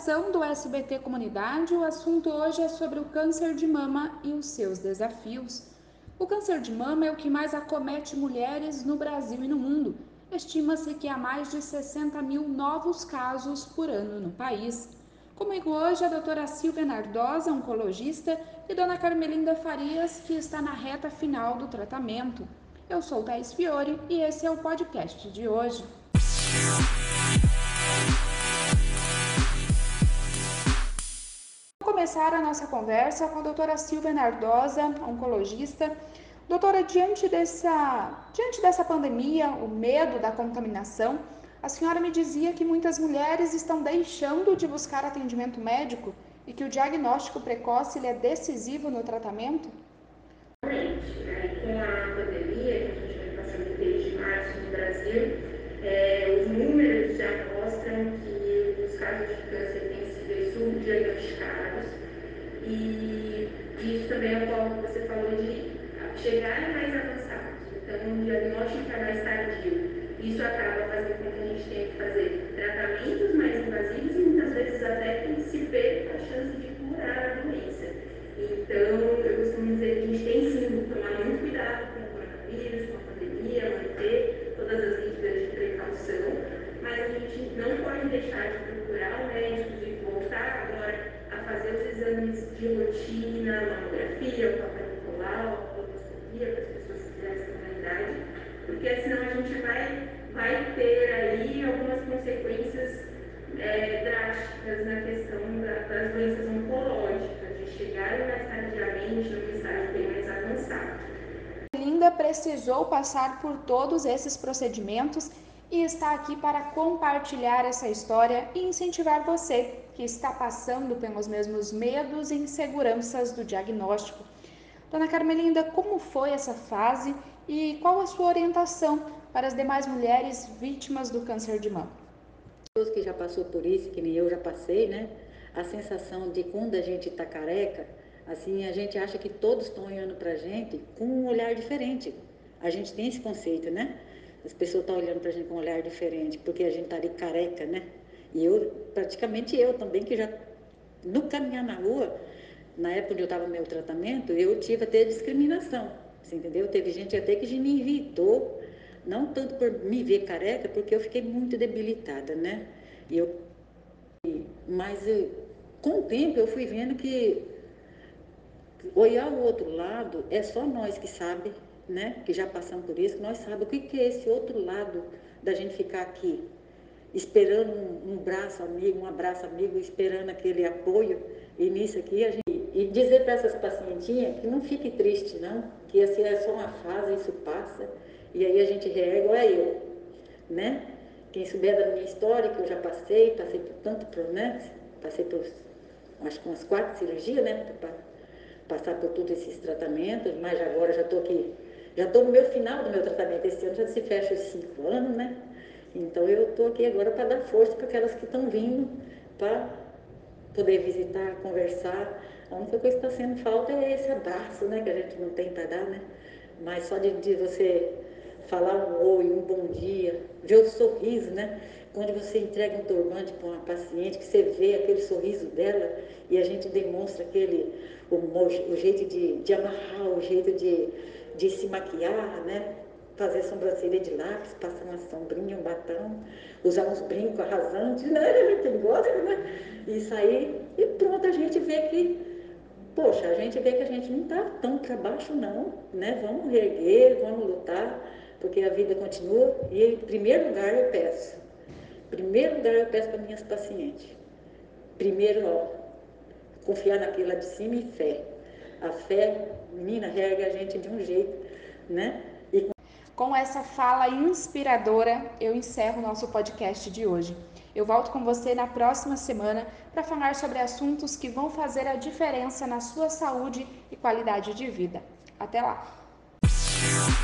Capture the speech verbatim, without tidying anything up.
redação do S B T Comunidade, o assunto hoje é sobre o câncer de mama e os seus desafios. O câncer de mama é o que mais acomete mulheres no Brasil e no mundo. Estima-se que há mais de sessenta mil novos casos por ano no país. Comigo hoje a doutora Silvia Nardosa, oncologista, e dona Carmelinda Farias, que está na reta final do tratamento. Eu sou Thaís Fiore e esse é o podcast de hoje. Vamos começar a nossa conversa com a doutora Silvia Nardosa, oncologista. Doutora, diante dessa, diante dessa pandemia, o medo da contaminação, a senhora me dizia que muitas mulheres estão deixando de buscar atendimento médico e que o diagnóstico precoce ele é decisivo no tratamento? Realmente, né? Com a pandemia que a gente vem passando desde março no Brasil, é, os números já mostram que os casos de câncer têm sido subdiagnosticados e isso também é o qual você falou de chegar mais avançados. Então, o diagnóstico é mais tardio. Isso acaba fazendo com que a gente tenha que fazer tratamentos mais invasivos e muitas vezes até que se perca a chance de curar a doença. Então, eu costumo dizer que a gente tem sim que tomar muito cuidado com o coronavírus, com a pandemia, manter todas as medidas de precaução, mas a gente não pode deixar de procurar o médico, de voltar agora a fazer os exames de rotina, a mamografia, o Papa Nicolau, a colonoscopia, para as pessoas que já estão na idade, porque senão a gente vai, vai ter aí algumas consequências é, drásticas na questão da, das doenças oncológicas, de chegarem mais tardiamente, num estágio bem mais avançado. Linda precisou passar por todos esses procedimentos e está aqui para compartilhar essa história e incentivar você que está passando pelos mesmos medos e inseguranças do diagnóstico. Dona Carmelinda, como foi essa fase e qual a sua orientação para as demais mulheres vítimas do câncer de mama? Pessoas que já passou por isso, que nem eu já passei, né? A sensação de quando a gente tá careca, assim, a gente acha que todos estão olhando pra gente com um olhar diferente. A gente tem esse conceito, né? As pessoas estão olhando pra gente com um olhar diferente, porque a gente tá ali careca, né? E eu, praticamente eu também, que já, no caminhar na rua, na época onde eu estava no meu tratamento, eu tive até discriminação, você entendeu? Teve gente até que me evitou, não tanto por me ver careca, porque eu fiquei muito debilitada, né? E eu, mas eu, com o tempo eu fui vendo que olhar o outro lado é só nós que sabe, né? Que já passamos por isso, que nós sabemos o que, que é esse outro lado da gente ficar aqui, esperando um, um braço amigo, um abraço amigo, esperando aquele apoio. E nisso aqui a gente... E dizer para essas pacientinhas que não fique triste, não, que assim é só uma fase, isso passa, e aí a gente reergue, olha eu, né? Quem souber da minha história, que eu já passei, passei por tanto, por, né? Passei por, acho que umas quatro cirurgias, né? Para passar por todos esses tratamentos, mas agora já estou aqui, já estou no meu final do meu tratamento, esse ano já se fecha os cinco anos, né? Então eu estou aqui agora para dar força para aquelas que estão vindo, para poder visitar, conversar. A única coisa que está sendo falta é esse abraço, né, que a gente não tem para dar, né? Mas só de, de você falar um oi, um bom dia, ver o sorriso, né? Quando você entrega um turbante para uma paciente, que você vê aquele sorriso dela e a gente demonstra aquele, o, o jeito de, de amarrar, o jeito de, de se maquiar, né? Fazer sobrancelha de lápis, passar uma sombrinha, um batom, usar uns brincos arrasantes, né? Quem gosta, né? E sair e pronto, a gente vê que, poxa, a gente vê que a gente não está tão para baixo não, né? Vamos reerguer, vamos lutar, porque a vida continua. E em primeiro lugar eu peço, em primeiro lugar eu peço para minhas pacientes, primeiro, ó, confiar naquilo lá de cima e fé. A fé, menina, reergue a gente de um jeito, né? E com essa fala inspiradora, eu encerro o nosso podcast de hoje. Eu volto com você na próxima semana para falar sobre assuntos que vão fazer a diferença na sua saúde e qualidade de vida. Até lá!